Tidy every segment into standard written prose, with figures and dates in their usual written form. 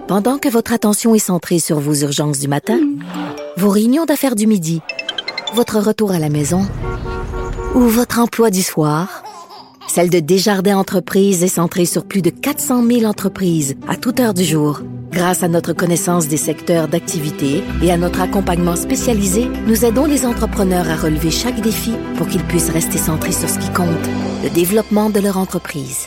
Pendant que votre attention est centrée sur vos urgences du matin, vos réunions d'affaires du midi, votre retour à la maison ou votre emploi du soir, celle de Desjardins Entreprises est centrée sur plus de 400 000 entreprises à toute heure du jour. Grâce à notre connaissance des secteurs d'activité et à notre accompagnement spécialisé, nous aidons les entrepreneurs à relever chaque défi pour qu'ils puissent rester centrés sur ce qui compte, le développement de leur entreprise.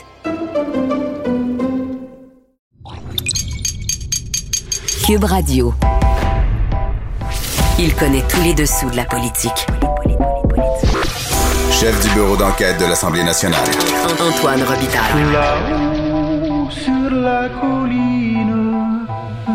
Cube Radio. Il connaît tous les dessous de la politique. Chef du bureau d'enquête de l'Assemblée nationale. Antoine Robitaille. Là-haut sur la colline.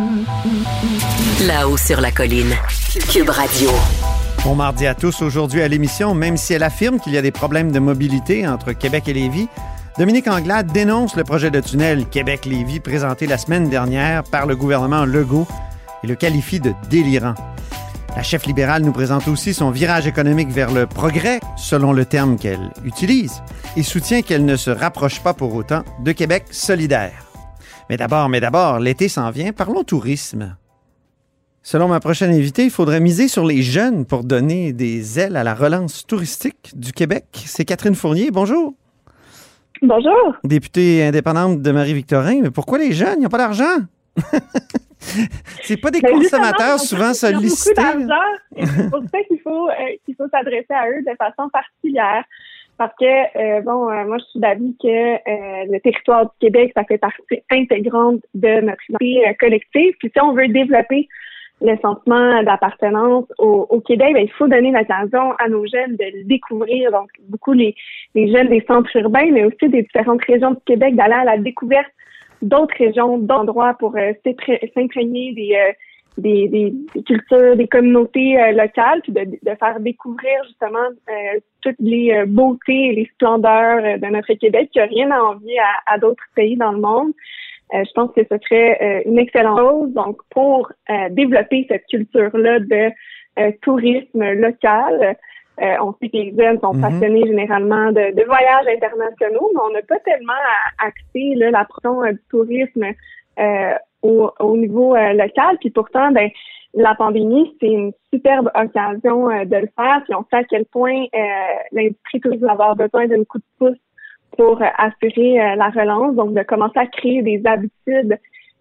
Là-haut sur la colline. Cube Radio. Bon mardi à tous. Aujourd'hui à l'émission, même si elle affirme qu'il y a des problèmes de mobilité entre Québec et Lévis, Dominique Anglade dénonce le projet de tunnel Québec-Lévis présenté la semaine dernière par le gouvernement Legault et le qualifie de délirant. La chef libérale nous présente aussi son virage économique vers le progrès, selon le terme qu'elle utilise, et soutient qu'elle ne se rapproche pas pour autant de Québec solidaire. Mais d'abord, l'été s'en vient, parlons tourisme. Selon ma prochaine invitée, il faudrait miser sur les jeunes pour donner des ailes à la relance touristique du Québec. C'est Catherine Fournier, bonjour. Bonjour. Députée indépendante de Marie-Victorin, mais pourquoi les jeunes? Ils n'ont pas d'argent? C'est pas des consommateurs souvent sollicités. Ils ont beaucoup d'argent et c'est pour ça qu'il faut s'adresser à eux de façon particulière. Parce que, moi, je suis d'avis que le territoire du Québec, ça fait partie intégrante de notre identité collective. Puis si on veut développer le sentiment d'appartenance au Québec, il faut donner l'occasion à nos jeunes de le découvrir. Donc, beaucoup les jeunes des centres urbains, mais aussi des différentes régions du Québec, d'aller à la découverte d'autres régions, d'endroits pour s'imprégner des cultures, des communautés locales, puis de faire découvrir justement toutes les beautés et les splendeurs de notre Québec qui n'a rien à envier à d'autres pays dans le monde. Je pense que ce serait une excellente chose. Donc, pour développer cette culture-là de tourisme local, on sait que les jeunes sont passionnés généralement de voyages internationaux, mais on n'a pas tellement axé la promotion du tourisme au niveau local. Puis pourtant, la pandémie, c'est une superbe occasion de le faire. Puis on sait à quel point l'industrie touristique va avoir besoin d'un coup de pouce pour assurer la relance, donc de commencer à créer des habitudes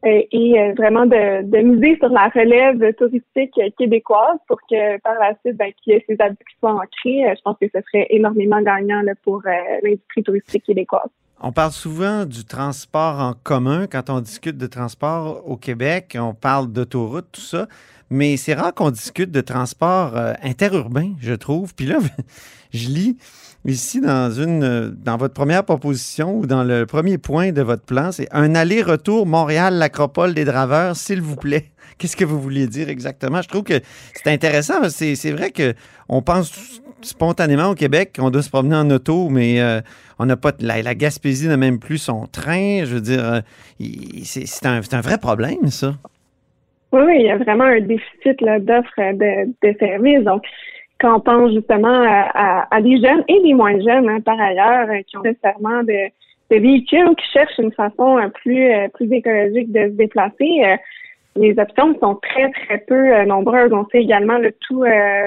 et vraiment de miser sur la relève touristique québécoise pour que par la suite, qu'il y ait ces habitudes qui soient ancrées. Je pense que ce serait énormément gagnant pour l'industrie touristique québécoise. On parle souvent du transport en commun quand on discute de transport au Québec. On parle d'autoroute, tout ça. Mais c'est rare qu'on discute de transport interurbain, je trouve. Puis là, je lis ici dans votre première proposition ou dans le premier point de votre plan, c'est un aller-retour Montréal-l'Acropole des Draveurs, s'il vous plaît. Qu'est-ce que vous vouliez dire exactement? Je trouve que c'est intéressant. C'est vrai qu'on pense spontanément au Québec qu'on doit se promener en auto, mais on n'a pas la Gaspésie n'a même plus son train. Je veux dire, c'est un vrai problème, ça. Oui, il y a vraiment un déficit d'offres de services. Donc, quand on pense justement à des jeunes et des moins jeunes, par ailleurs, qui ont nécessairement de véhicules, qui cherchent une façon plus écologique de se déplacer, les options sont très, très peu nombreuses. On sait également tout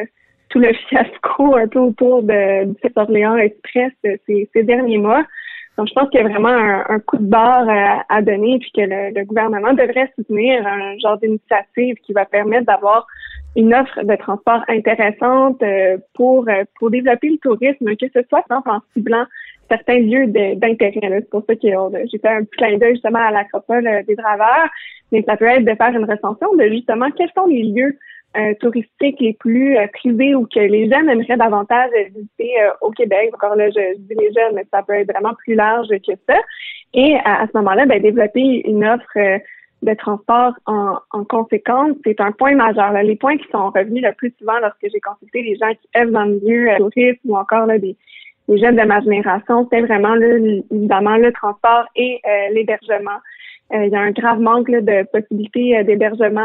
le fiasco un peu autour du Orléans Express ces derniers mois. Donc, je pense qu'il y a vraiment un coup de barre à donner puis que le gouvernement devrait soutenir un genre d'initiative qui va permettre d'avoir une offre de transport intéressante pour développer le tourisme, que ce soit en ciblant certains lieux d'intérêt. C'est pour ça que j'ai fait un petit clin d'œil justement à l'Acropole des Draveurs, mais ça peut être de faire une recension de justement quels sont les lieux touristiques les plus privés ou que les jeunes aimeraient davantage visiter au Québec. Encore là, je dis les jeunes, mais ça peut être vraiment plus large que ça. Et à ce moment-là, développer une offre de transport en conséquence, c'est un point majeur. Les points qui sont revenus le plus souvent lorsque j'ai consulté les gens qui œuvrent dans le milieu tourisme ou encore des jeunes de ma génération, c'était vraiment évidemment le transport et l'hébergement. Il y a un grave manque de possibilités d'hébergement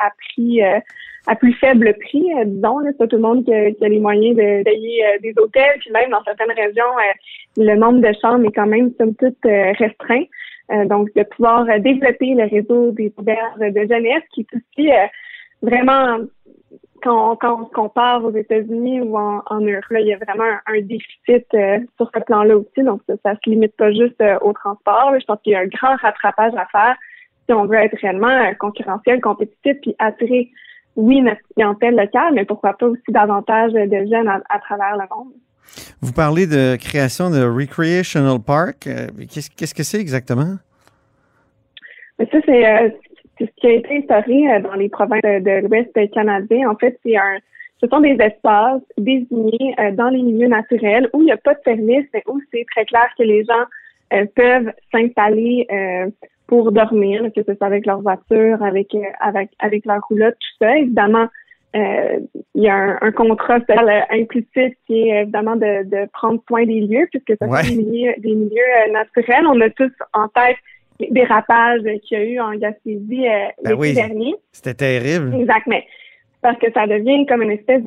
à plus faible prix, disons. C'est pas tout le monde qui a les moyens de payer des hôtels, puis même dans certaines régions, le nombre de chambres est quand même somme toute restreint. Donc, de pouvoir développer le réseau des auberges de jeunesse qui est aussi vraiment, quand on se compare aux États-Unis ou en Europe, là, il y a vraiment un déficit sur ce plan-là aussi. Donc, ça se limite pas juste au transport. Là. Je pense qu'il y a un grand rattrapage à faire si on veut être réellement concurrentiel, compétitif, puis attirer, oui, notre clientèle locale, mais pourquoi pas aussi davantage de jeunes à travers le monde. Vous parlez de création de Recreational Park. Qu'est-ce que c'est exactement? Mais ça, c'est ce qui a été instauré dans les provinces de l'Ouest canadien. En fait, ce sont des espaces désignés dans les milieux naturels où il n'y a pas de service, mais où c'est très clair que les gens peuvent s'installer pour dormir, que ce soit avec leur voiture, avec leur roulotte, tout ça. Évidemment, il y a un contrat implicite qui est évidemment de prendre soin des lieux, puisque ce sont des milieux naturels. On a tous en tête les dérapages qu'il y a eu en Gaspésie l'été dernier. C'était terrible. Exact, mais parce que ça devient comme une espèce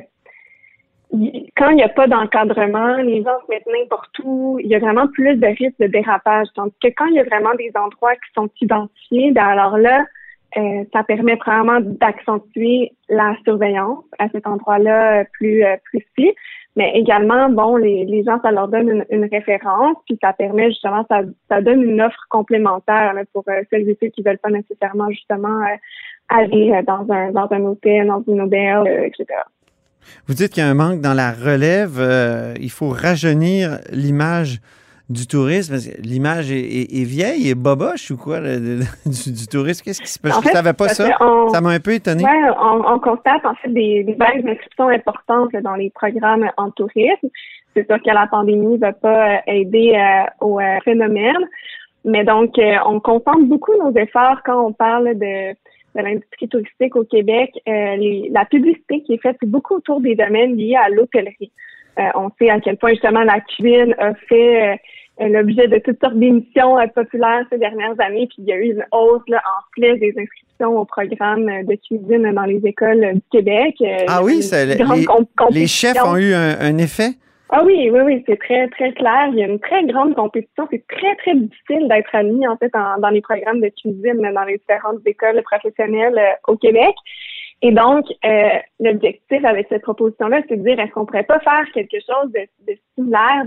quand il n'y a pas d'encadrement, les gens se mettent n'importe où, il y a vraiment plus de risques de dérapage. Tandis que quand il y a vraiment des endroits qui sont identifiés, ben alors là, ça permet vraiment d'accentuer la surveillance à cet endroit-là plus précis. Mais également, bon, les gens, ça leur donne une référence, puis ça permet justement, ça donne une offre complémentaire là, pour celles et ceux qui veulent pas nécessairement justement aller dans un hôtel, dans une auberge, etc. Vous dites qu'il y a un manque dans la relève. Il faut rajeunir l'image du tourisme. L'image est vieille et boboche ou quoi du tourisme? Qu'est-ce qui se passe? Je ne savais pas ça. Ça m'a un peu étonné. Oui, on constate en fait des baisses d'inscriptions importantes là, dans les programmes en tourisme. C'est sûr que la pandémie ne va pas aider au phénomène. Mais donc, on concentre beaucoup nos efforts quand on parle de l'industrie touristique au Québec. La publicité qui est faite, c'est beaucoup autour des domaines liés à l'hôtellerie. On sait à quel point justement la cuisine a fait l'objet de toutes sortes d'émissions populaires ces dernières années, puis il y a eu une hausse là, en flèche des inscriptions au programme de cuisine dans les écoles du Québec. Ah oui, les chefs ont eu un effet? Ah oui, c'est très, très clair. Il y a une très grande compétition. C'est très, très difficile d'être admis, en fait, dans les programmes de cuisine dans les différentes écoles professionnelles au Québec. Et donc, l'objectif avec cette proposition-là, c'est de dire, est-ce qu'on pourrait pas faire quelque chose de similaire,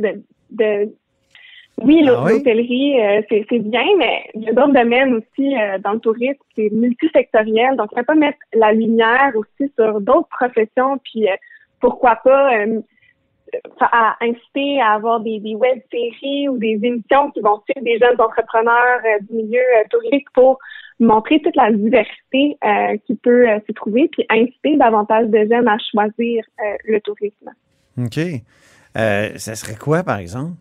Oui, l'hôtellerie, c'est bien, mais il y a d'autres domaines aussi dans le tourisme, c'est multisectoriel. Donc, on ne pourrait pas mettre la lumière aussi sur d'autres professions, puis pourquoi pas à inciter à avoir des web-séries ou des émissions qui vont suivre des jeunes entrepreneurs du milieu touristique pour montrer toute la diversité qui peut se trouver, puis inciter davantage de jeunes à choisir le tourisme. OK. Ça serait quoi, par exemple?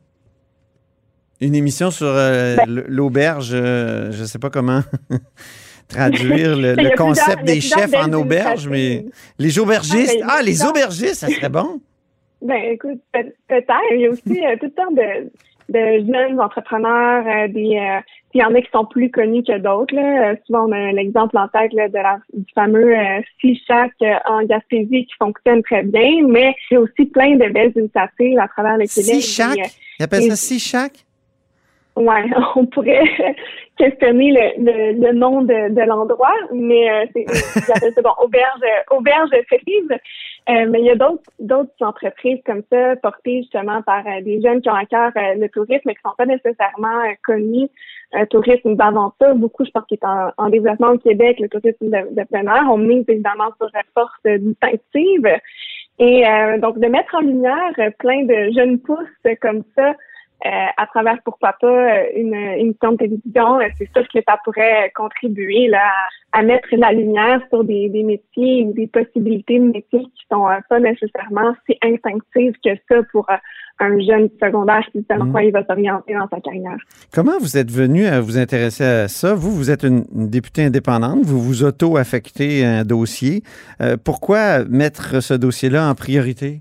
Une émission sur l'auberge, je ne sais pas comment traduire le concept des chefs en auberge, mais les aubergistes, les aubergistes, ça serait bon? Ben, écoute, peut-être. Il y a aussi toutes sortes de jeunes entrepreneurs. Il y en a qui sont plus connus que d'autres. Là. Souvent, on a l'exemple en tête là, du fameux Sea Shack en Gaspésie qui fonctionne très bien, mais il y a aussi plein de belles initiatives à travers le Québec. Sea Shack? Ils appellent ça Sea Shack? Ouais, on pourrait questionner le nom de l'endroit, mais c'est bon, auberge férise. Mais il y a d'autres entreprises comme ça, portées justement par des jeunes qui ont à cœur le tourisme, mais qui sont pas nécessairement connus. Tourisme d'aventure, beaucoup, je pense, qui est en développement au Québec, le tourisme de plein air. On mise évidemment sur la force distinctive. Et donc, de mettre en lumière plein de jeunes pousses comme ça, à travers, pourquoi pas, une émission de télévision, c'est sûr que ça pourrait contribuer là, à mettre la lumière sur des métiers ou des possibilités de métiers qui sont pas nécessairement si instinctives que ça pour un jeune secondaire qui sait dans quoi il va s'orienter dans sa carrière. Comment vous êtes venu à vous intéresser à ça? Vous êtes une députée indépendante, vous vous auto-affectez un dossier. Pourquoi mettre ce dossier-là en priorité?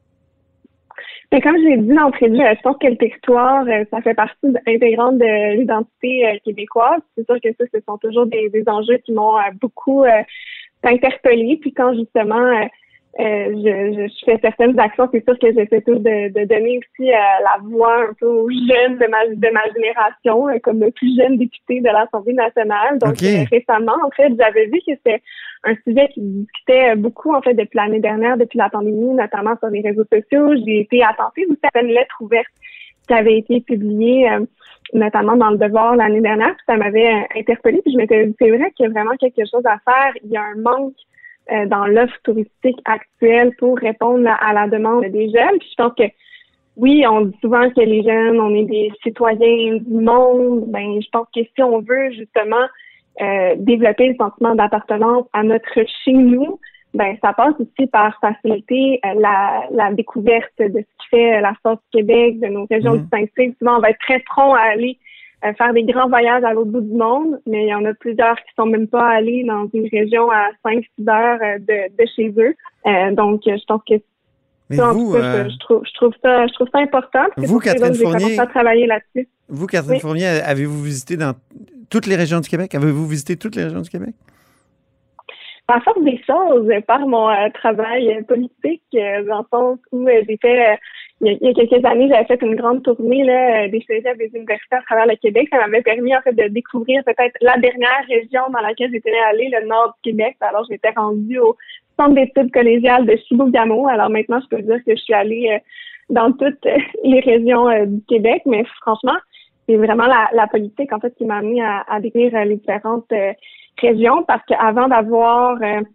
Mais comme je l'ai dit d'entrée de jeu, je pense que le territoire, ça fait partie intégrante de l'identité québécoise. C'est sûr que ça, ce sont toujours des enjeux qui m'ont beaucoup interpellée. Puis quand justement je fais certaines actions. C'est sûr que j'essaie tous de donner aussi la voix un peu aux jeunes de ma génération, comme le plus jeune député de l'Assemblée nationale. Donc, récemment, en fait, j'avais vu que c'était un sujet qui discutait beaucoup, en fait, depuis l'année dernière, depuis la pandémie, notamment sur les réseaux sociaux. J'ai été attentive aussi à certaines lettres ouvertes qui avaient été publiées, notamment dans Le Devoir l'année dernière. Puis ça m'avait interpellée. Puis je m'étais dit, c'est vrai qu'il y a vraiment quelque chose à faire. Il y a un manque dans l'offre touristique actuelle pour répondre à la demande des jeunes. Puis je pense que oui, on dit souvent que les jeunes, on est des citoyens du monde. Ben, je pense que si on veut justement développer le sentiment d'appartenance à notre chez nous, ben ça passe aussi par faciliter la découverte de ce qui fait la force du Québec, de nos régions distinctives. Souvent, on va être très prompt à aller faire des grands voyages à l'autre bout du monde, mais il y en a plusieurs qui sont même pas allés dans une région à 5-6 heures de chez eux. Donc, je pense que je trouve ça important. Vous, Catherine Fournier, j'ai commencé à travailler là-dessus. Vous, Catherine Fournier, avez-vous visité dans toutes les régions du Québec? Avez-vous visité toutes les régions du Québec? À force des choses, par mon travail politique, dans le sens où j'ai fait, il y a quelques années, j'avais fait une grande tournée là, des cégeps des universités à travers le Québec. Ça m'avait permis en fait de découvrir peut-être la dernière région dans laquelle j'étais allée, le nord du Québec. Alors, j'étais rendue au centre d'études collégiales de Chibougamau. Alors maintenant, je peux dire que je suis allée dans toutes les régions du Québec, mais franchement, c'est vraiment la politique en fait qui m'a amenée à découvrir les différentes région, parce qu'avant d'avoir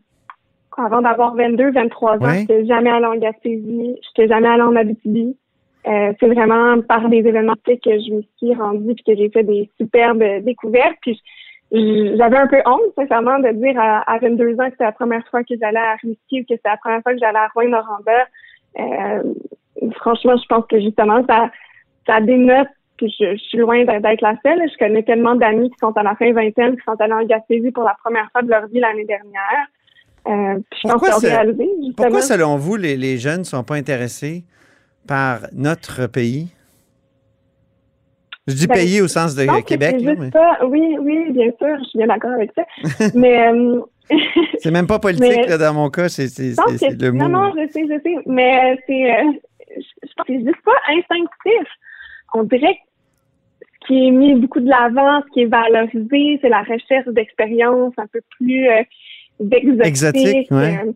22, 23 ans, j'étais jamais allée en Gaspésie, j'étais jamais allée en Abitibi. C'est vraiment par des événements que je me suis rendue puis que j'ai fait des superbes découvertes. Puis j'avais un peu honte, sincèrement, de dire à 22 ans que c'était la première fois que j'allais à Rimouski ou que c'était la première fois que j'allais à Rouyn-Noranda. Franchement, je pense que justement, ça dénote. Puis je suis loin d'être la seule. Je connais tellement d'amis qui sont à la fin vingtaine, qui sont allés en Gaspésie pour la première fois de leur vie l'année dernière. Puis je pense qu'ils ont réalisé, justement. Pourquoi, selon vous, les jeunes ne sont pas intéressés par notre pays? Je dis pays au sens de Québec. Là, mais... Oui, bien sûr, je suis bien d'accord avec ça. Mais c'est même pas politique là, dans mon cas, c'est le mot. Non, je sais. Mais je pense que c'est juste pas instinctif. On dirait que ce qui est mis beaucoup de l'avant, ce qui est valorisé, c'est la recherche d'expériences un peu plus exotique.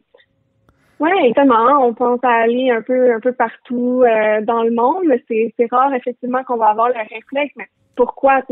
Oui, exactement. On pense à aller un peu partout dans le monde, mais c'est rare effectivement qu'on va avoir le réflexe. Mais pourquoi?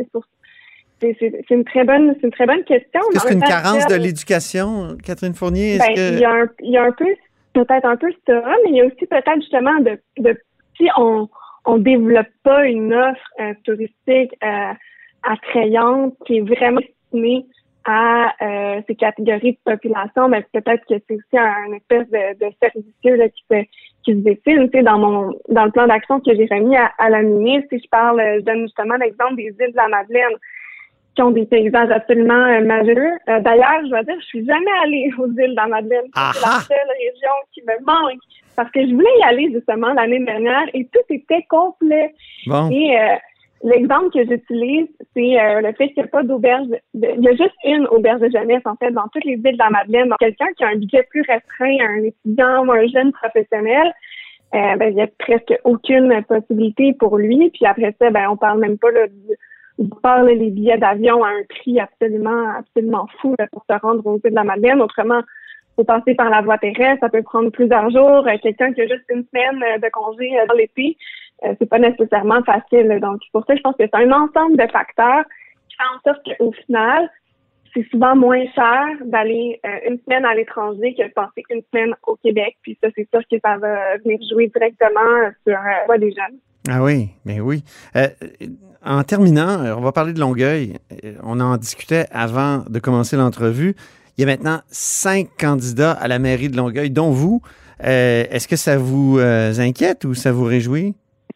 C'est une très bonne question. Est-ce que c'est une carence de l'éducation, Catherine Fournier? Il y a un peu, peut-être un peu ça, mais il y a aussi peut-être justement de si on développe pas une offre touristique attrayante qui est vraiment destinée à ces catégories de population, mais peut-être que c'est aussi un espèce de cercle vicieux là, qui se dessine. Tu sais, dans le plan d'action que j'ai remis à la ministre, si je donne justement l'exemple des îles de la Madeleine, qui ont des paysages absolument majeurs. D'ailleurs, je dois dire, je suis jamais allée aux îles de la Madeleine. C'est la seule région qui me manque. Parce que je voulais y aller justement l'année dernière et tout était complet. Bon. Et l'exemple que j'utilise, c'est le fait qu'il n'y a pas d'auberge. Il y a juste une auberge de jeunesse, en fait, dans toutes les villes de la Madeleine. Donc, quelqu'un qui a un budget plus restreint, un étudiant ou un jeune professionnel, il n'y a presque aucune possibilité pour lui. Puis après ça, on parle même pas là, les billets d'avion à un prix absolument fou là, pour se rendre aux îles de la Madeleine. Autrement, faut passer par la voie terrestre, ça peut prendre plusieurs jours. Quelqu'un qui a juste une semaine de congé dans l'été, c'est pas nécessairement facile. Donc, pour ça, je pense que c'est un ensemble de facteurs qui fait en sorte qu'au final, c'est souvent moins cher d'aller une semaine à l'étranger que de passer une semaine au Québec. Puis ça, c'est sûr que ça va venir jouer directement sur la voie des jeunes. Ah oui, mais oui. En terminant, on va parler de Longueuil. On en discutait avant de commencer l'entrevue. Il y a maintenant 5 candidats à la mairie de Longueuil, dont vous. Est-ce que ça vous inquiète ou ça vous réjouit?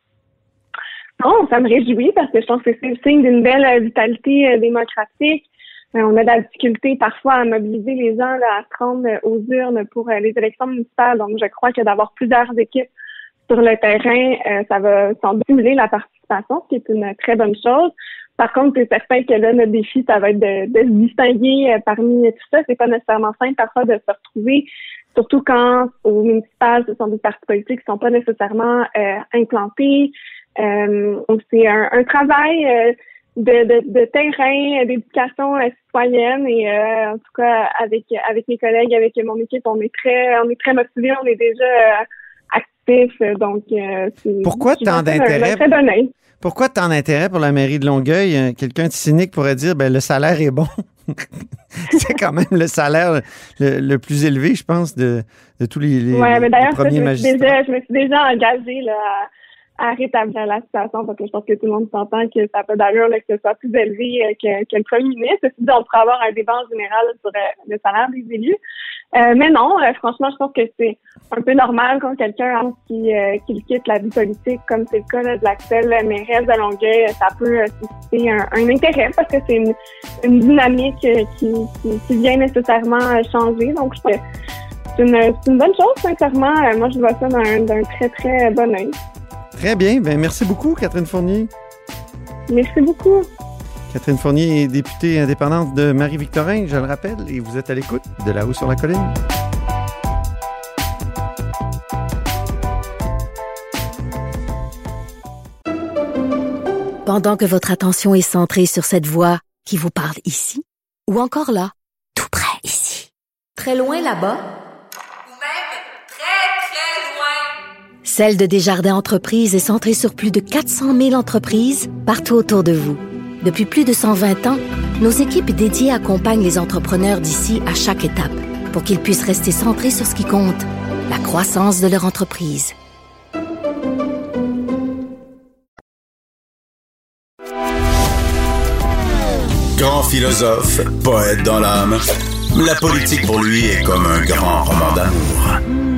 Non, ça me réjouit parce que je pense que c'est le signe d'une belle vitalité démocratique. On a de la difficulté parfois à mobiliser les gens là, à se rendre aux urnes pour les élections municipales. Donc, je crois que d'avoir plusieurs équipes sur le terrain, ça va sans doute stimuler la participation, ce qui est une très bonne chose. Par contre, c'est certain que là, notre défi, ça va être de se distinguer parmi tout ça. C'est pas nécessairement simple parfois de se retrouver surtout quand au municipal, ce sont des partis politiques qui sont pas nécessairement implantés. C'est un travail de terrain, d'éducation citoyenne et en tout cas avec mes collègues, avec mon équipe, on est très motivés, on est déjà actifs, donc pourquoi tant d'intérêt? Pourquoi tant d'intérêt pour la mairie de Longueuil? Quelqu'un de cynique pourrait dire le salaire est bon. C'est quand même le salaire le plus élevé, je pense, de tous les premiers magistrats. Je me suis déjà engagée là, à rétablir la situation parce que je pense que tout le monde s'entend que ça peut d'allure là, que ce soit plus élevé que le premier ministre. Ceci dit, on pourrait avoir un débat en général sur le salaire des élus. Mais non, franchement, je pense que c'est un peu normal quand quelqu'un qui quitte la vie politique, comme c'est le cas là, de l'actuelle mairesse de Longueuil, ça peut susciter un intérêt parce que c'est une dynamique qui vient nécessairement changer. Donc, je pense que c'est une bonne chose, sincèrement. Moi, je vois ça d'un très, très bon œil. Très bien. Ben, merci beaucoup, Catherine Fournier. Merci beaucoup. Catherine Fournier est députée indépendante de Marie-Victorin, je le rappelle, et vous êtes à l'écoute de Là-haut sur la colline. Pendant que votre attention est centrée sur cette voix qui vous parle ici, ou encore là, tout près ici, très loin là-bas, ou même très, très loin, Celle de Desjardins Entreprises est centrée sur plus de 400 000 entreprises partout autour de vous. Depuis plus de 120 ans, nos équipes dédiées accompagnent les entrepreneurs d'ici à chaque étape pour qu'ils puissent rester centrés sur ce qui compte, la croissance de leur entreprise. Grand philosophe, poète dans l'âme, la politique pour lui est comme un grand roman d'amour.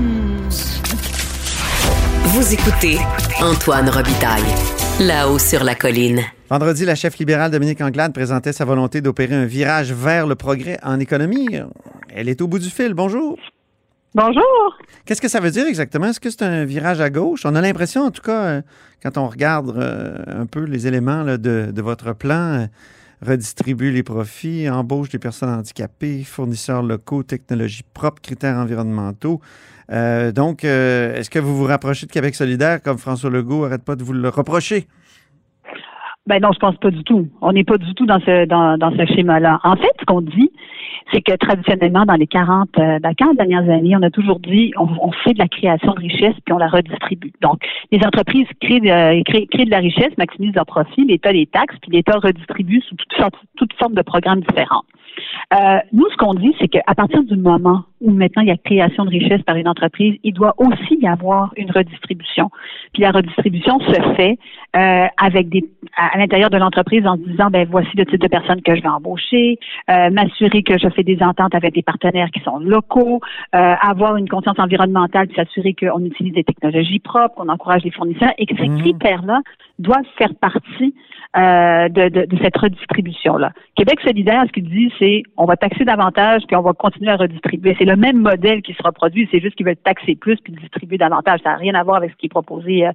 Vous écoutez Antoine Robitaille, Là-haut sur la colline. Vendredi, la chef libérale Dominique Anglade présentait sa volonté d'opérer un virage vers le progrès en économie. Elle est au bout du fil. Bonjour. Bonjour. Qu'est-ce que ça veut dire exactement? Est-ce que c'est un virage à gauche? On a l'impression, en tout cas, quand on regarde un peu les éléments là, de votre plan, redistribuer les profits, embauche des personnes handicapées, fournisseurs locaux, technologies propres, critères environnementaux. Donc, est-ce que vous vous rapprochez de Québec solidaire comme François Legault arrête pas de vous le reprocher? Ben non, je pense pas du tout. On n'est pas du tout dans ce schéma-là. En fait, ce qu'on dit, c'est que traditionnellement, dans les 40 dernières années, on a toujours dit on fait de la création de richesse puis on la redistribue. Donc, les entreprises créent de la richesse, maximisent leurs profits, l'État les taxe, puis l'État redistribue sous toutes formes de programmes différents. Nous, ce qu'on dit, c'est qu'à partir du moment où maintenant il y a création de richesse par une entreprise, il doit aussi y avoir une redistribution. Puis la redistribution se fait avec à l'intérieur de l'entreprise en se disant voici le type de personnes que je vais embaucher, m'assurer que je fais des ententes avec des partenaires qui sont locaux, avoir une conscience environnementale, puis s'assurer qu'on utilise des technologies propres, qu'on encourage les fournisseurs et que ces critères-là doivent faire partie de cette redistribution-là. Québec solidaire, ce qu'il dit, c'est on va taxer davantage puis on va continuer à redistribuer. C'est le même modèle qui se reproduit, c'est juste qu'ils veulent taxer plus puis distribuer davantage. Ça n'a rien à voir avec ce qui est proposé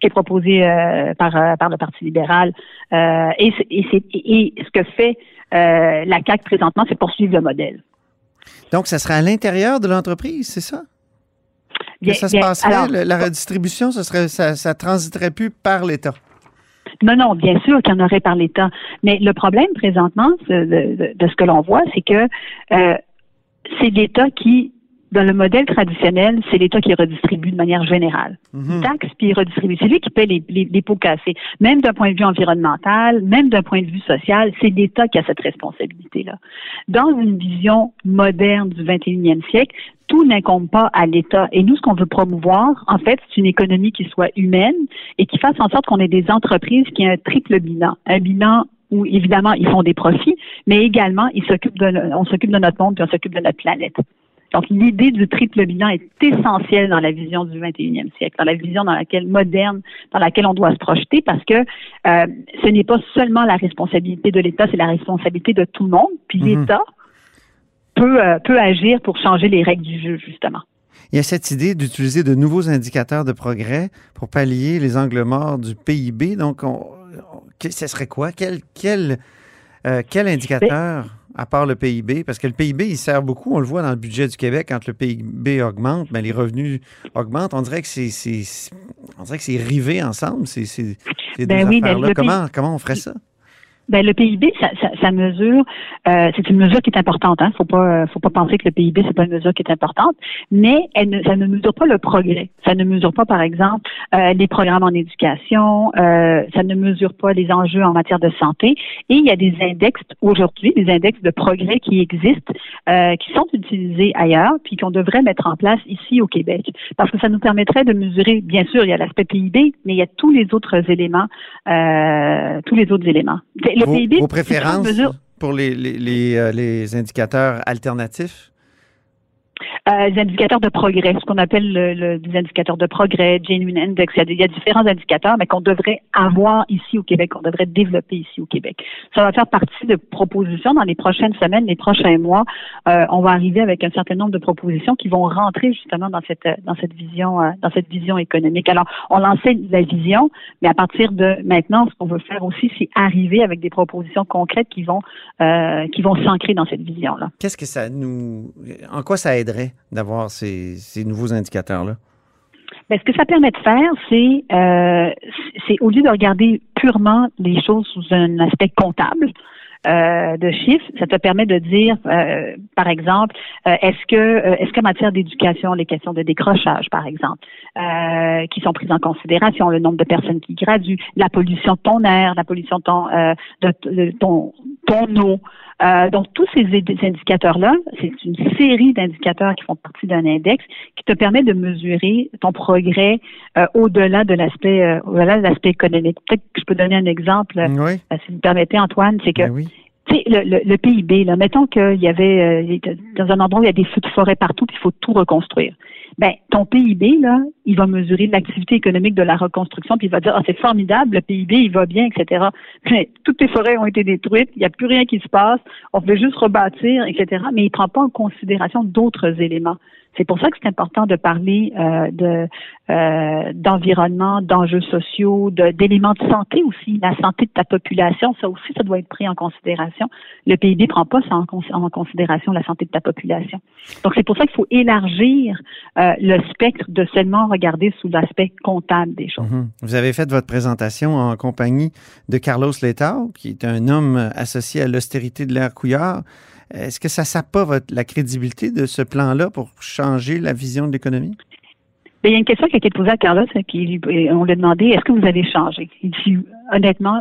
par le Parti libéral. Et ce que fait la CAQ présentement, c'est poursuivre le modèle. Donc, ça serait à l'intérieur de l'entreprise, c'est ça? Que ça se passerait, alors, la redistribution, ça transiterait plus par l'État? Non, bien sûr qu'il y en aurait par l'État. Mais le problème présentement de ce que l'on voit, c'est que c'est l'État qui, dans le modèle traditionnel, c'est l'État qui redistribue de manière générale. Il taxe puis il redistribue. C'est lui qui paie les pots cassés. Même d'un point de vue environnemental, même d'un point de vue social, c'est l'État qui a cette responsabilité-là. Dans une vision moderne du 21e siècle, tout n'incombe pas à l'État. Et nous, ce qu'on veut promouvoir, en fait, c'est une économie qui soit humaine et qui fasse en sorte qu'on ait des entreprises qui aient un triple bilan. Un bilan où, évidemment, ils font des profits, mais également, on s'occupe de notre monde et on s'occupe de notre planète. Donc, l'idée du triple bilan est essentielle dans la vision du 21e siècle, dans la vision moderne dans laquelle on doit se projeter, parce que ce n'est pas seulement la responsabilité de l'État, c'est la responsabilité de tout le monde. Puis l'État peut agir pour changer les règles du jeu, justement. Il y a cette idée d'utiliser de nouveaux indicateurs de progrès pour pallier les angles morts du PIB. Donc, ce serait quoi? Quel indicateur à part le PIB? Parce que le PIB, il sert beaucoup, on le voit dans le budget du Québec, quand le PIB augmente, les revenus augmentent. On dirait que c'est rivé ensemble, ces deux affaires-là. Comment on ferait ça? Le PIB, ça mesure, c'est une mesure qui est importante. Hein. Faut pas penser que le PIB c'est pas une mesure qui est importante, mais ça ne mesure pas le progrès. Ça ne mesure pas, par exemple, les programmes en éducation. Ça ne mesure pas les enjeux en matière de santé. Et il y a des index aujourd'hui, des index de progrès qui existent, qui sont utilisés ailleurs, puis qu'on devrait mettre en place ici au Québec, parce que ça nous permettrait de mesurer. Bien sûr, il y a l'aspect PIB, mais il y a tous les autres éléments. Vos préférences pour les indicateurs alternatifs? Les indicateurs de progrès, ce qu'on appelle des indicateurs de progrès, Genuine Index. Il y a différents indicateurs, mais qu'on devrait avoir ici au Québec, qu'on devrait développer ici au Québec. Ça va faire partie de propositions dans les prochaines semaines, les prochains mois. On va arriver avec un certain nombre de propositions qui vont rentrer justement dans cette vision économique. Alors, on lançait la vision, mais à partir de maintenant, ce qu'on veut faire aussi, c'est arriver avec des propositions concrètes qui vont s'ancrer dans cette vision-là. En quoi ça aiderait d'avoir ces nouveaux indicateurs-là? Ce que ça permet de faire, c'est au lieu de regarder purement les choses sous un aspect comptable, de chiffres, ça te permet de dire, par exemple, est-ce que en matière d'éducation, les questions de décrochage, par exemple, qui sont prises en considération, le nombre de personnes qui graduent, la pollution de ton air, la pollution de ton eau. Donc, tous ces indicateurs-là, c'est une série d'indicateurs qui font partie d'un index qui te permet de mesurer ton progrès au-delà de l'aspect économique. Peut-être que je peux donner un exemple, si vous me permettez, Antoine, c'est que tu sais, le PIB, là, mettons qu'il y avait dans un endroit où il y a des feux de forêt partout, puis il faut tout reconstruire. Ton PIB, là, il va mesurer l'activité économique de la reconstruction, puis il va dire, c'est formidable, le PIB, il va bien, etc. Mais toutes les forêts ont été détruites, il n'y a plus rien qui se passe, on veut juste rebâtir, etc. Mais il ne prend pas en considération d'autres éléments. C'est pour ça que c'est important de parler d'environnement, d'enjeux sociaux, d'éléments de santé aussi. La santé de ta population, ça aussi, ça doit être pris en considération. Le PIB ne prend pas ça en considération, la santé de ta population. Donc, c'est pour ça qu'il faut élargir le spectre de seulement regarder sous l'aspect comptable des choses. Mm-hmm. Vous avez fait votre présentation en compagnie de Carlos Letao, qui est un homme associé à l'austérité de l'ère Couillard. Est-ce que ça sape pas la crédibilité de ce plan-là pour changer la vision de l'économie? Il y a une question qui a été posée à Carlos, on lui a demandé, est-ce que vous avez changé? Il dit, honnêtement,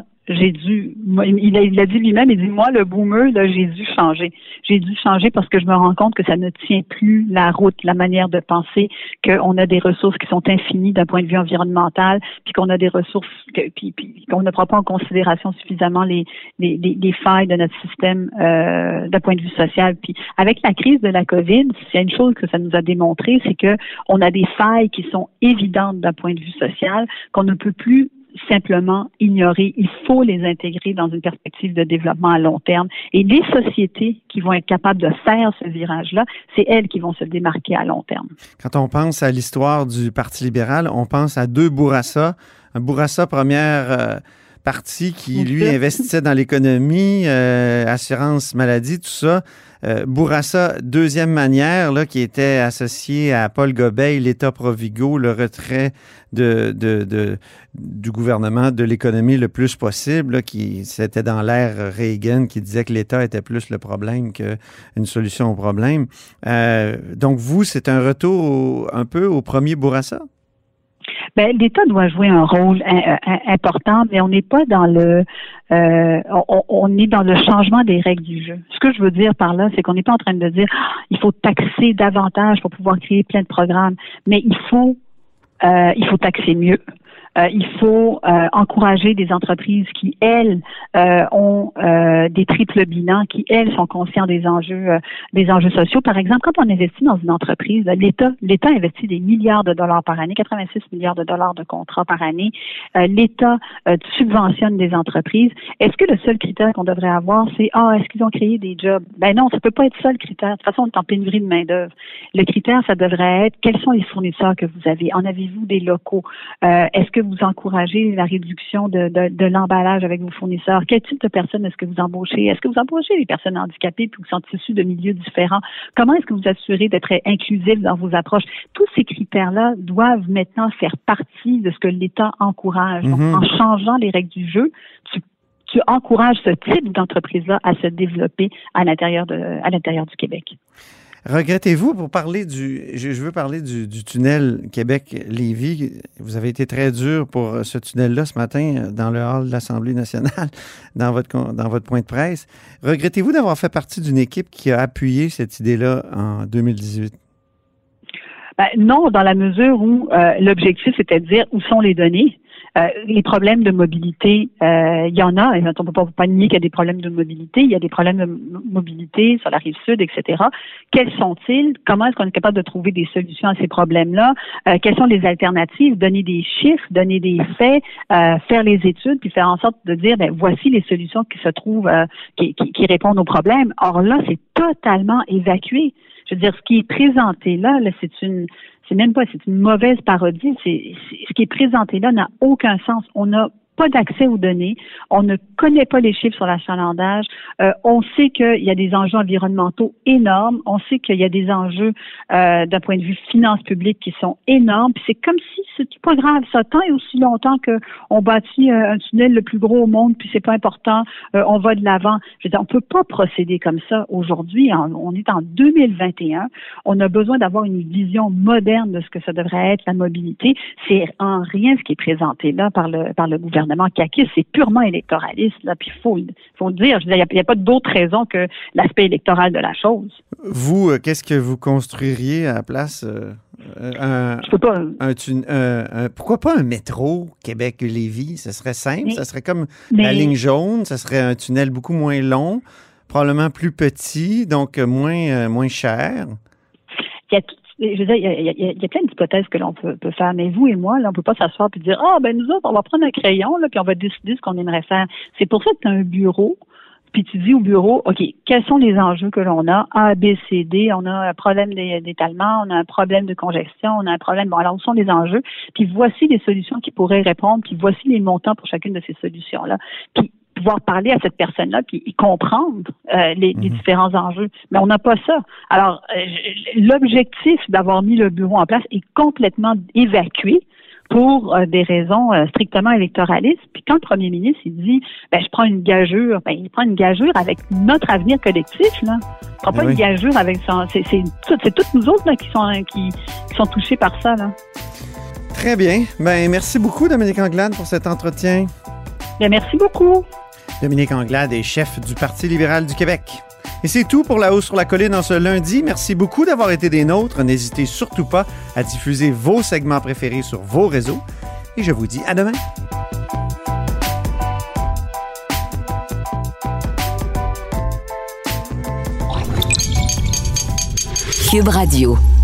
il a dit lui-même, il dit, moi, le boomer, là, j'ai dû changer. J'ai dû changer parce que je me rends compte que ça ne tient plus la route, la manière de penser, qu'on a des ressources qui sont infinies d'un point de vue environnemental, puis qu'on a des ressources, puis qu'on ne prend pas en considération suffisamment les failles de notre système d'un point de vue social. Puis avec la crise de la COVID, s'il y a une chose que ça nous a démontré, c'est que on a des failles qui sont évidentes d'un point de vue social, qu'on ne peut plus simplement ignorer. Il faut les intégrer dans une perspective de développement à long terme. Et les sociétés qui vont être capables de faire ce virage-là, c'est elles qui vont se démarquer à long terme. Quand on pense à l'histoire du Parti libéral, on pense à deux Bourassa. Un Bourassa, première parti qui, lui, investissait dans l'économie, assurance maladie, tout ça. Bourassa, deuxième manière, là, qui était associé à Paul Gobeil, l'État Provigo, le retrait du gouvernement de l'économie le plus possible, là, c'était dans l'ère Reagan, qui disait que l'État était plus le problème qu'une solution au problème. Donc, vous, c'est un retour un peu au premier Bourassa? L'État doit jouer un rôle important, mais on n'est pas dans on est dans le changement des règles du jeu. Ce que je veux dire par là, c'est qu'on n'est pas en train de dire il faut taxer davantage pour pouvoir créer plein de programmes, mais il faut taxer mieux. Il faut encourager des entreprises qui, elles, ont des triples bilans, qui, elles, sont conscients des enjeux sociaux. Par exemple, quand on investit dans une entreprise, l'État investit des milliards de dollars par année, 86 milliards de dollars de contrats par année. L'État subventionne des entreprises. Est-ce que le seul critère qu'on devrait avoir, c'est est-ce qu'ils ont créé des jobs? Non, ça peut pas être ça le critère. De toute façon, on est en pénurie de main-d'œuvre. Le critère, ça devrait être quels sont les fournisseurs que vous avez? En avez-vous des locaux? Est-ce que vous encouragez la réduction de l'emballage avec vos fournisseurs? Quel type de personnes est-ce que vous embauchez? Est-ce que vous embauchez les personnes handicapées qui sont issues de milieux différents? Comment est-ce que vous assurez d'être inclusif dans vos approches? Tous ces critères-là doivent maintenant faire partie de ce que l'État encourage. Donc, en changeant les règles du jeu, tu encourages ce type d'entreprise-là à se développer à l'intérieur du Québec. Regrettez-vous, pour parler je veux parler du tunnel Québec-Lévis. Vous avez été très dur pour ce tunnel-là ce matin dans le hall de l'Assemblée nationale, dans votre point de presse. Regrettez-vous d'avoir fait partie d'une équipe qui a appuyé cette idée-là en 2018? Non, dans la mesure où l'objectif c'était de dire où sont les données. Les problèmes de mobilité, il y en a. On ne peut pas nier qu'il y a des problèmes de mobilité. Il y a des problèmes de mobilité sur la Rive-Sud, etc. Quels sont-ils? Comment est-ce qu'on est capable de trouver des solutions à ces problèmes-là? Quelles sont les alternatives? Donner des chiffres, donner des faits, faire les études, puis faire en sorte de dire, voici les solutions qui se trouvent, qui répondent aux problèmes. Or là, c'est totalement évacué. Je veux dire, ce qui est présenté là, c'est une mauvaise parodie. Ce qui est présenté là n'a aucun sens. On n'a pas d'accès aux données. On ne connaît pas les chiffres sur l'achalandage. On sait qu'il y a des enjeux environnementaux énormes. On sait qu'il y a des enjeux d'un point de vue finances publiques qui sont énormes. Puis c'est comme si c'était pas grave. Ça tant et aussi longtemps qu'on bâtit un tunnel le plus gros au monde, puis c'est pas important. On va de l'avant. Je veux dire, on peut pas procéder comme ça aujourd'hui. On est en 2021. On a besoin d'avoir une vision moderne de ce que ça devrait être la mobilité. C'est en rien ce qui est présenté là par le gouvernement caquiste, c'est purement électoraliste, là, puis il faut le dire. Je veux dire, il n'y a pas d'autre raison que l'aspect électoral de la chose. Vous, qu'est-ce que vous construiriez à la place? Pourquoi pas un métro Québec-Lévis? Ce serait simple, ça serait comme la ligne jaune, ça serait un tunnel beaucoup moins long, probablement plus petit, donc moins cher. Je veux dire, il y a plein d'hypothèses que l'on peut faire, mais vous et moi, là, on peut pas s'asseoir et dire, nous autres, on va prendre un crayon, là, puis on va décider ce qu'on aimerait faire. C'est pour ça que tu as un bureau, puis tu dis au bureau, OK, quels sont les enjeux que l'on a? A, B, C, D, on a un problème d'étalement, on a un problème de congestion, on a un problème, alors où sont les enjeux? Puis voici les solutions qui pourraient répondre, puis voici les montants pour chacune de ces solutions-là. Puis pouvoir parler à cette personne-là puis y comprendre les différents enjeux. Mais on n'a pas ça. Alors, l'objectif d'avoir mis le bureau en place est complètement évacué pour des raisons strictement électoralistes. Puis quand le premier ministre, il dit, je prends une gageure, il prend une gageure avec notre avenir collectif, là. Il prend pas une gageure avec son... C'est toutes nous autres, là, qui sont touchés par ça, là. Très bien. Merci beaucoup, Dominique Anglade, pour cet entretien. Merci beaucoup. Dominique Anglade est chef du Parti libéral du Québec. Et c'est tout pour La Haut sur la Colline en ce lundi. Merci beaucoup d'avoir été des nôtres. N'hésitez surtout pas à diffuser vos segments préférés sur vos réseaux. Et je vous dis à demain. Cube Radio.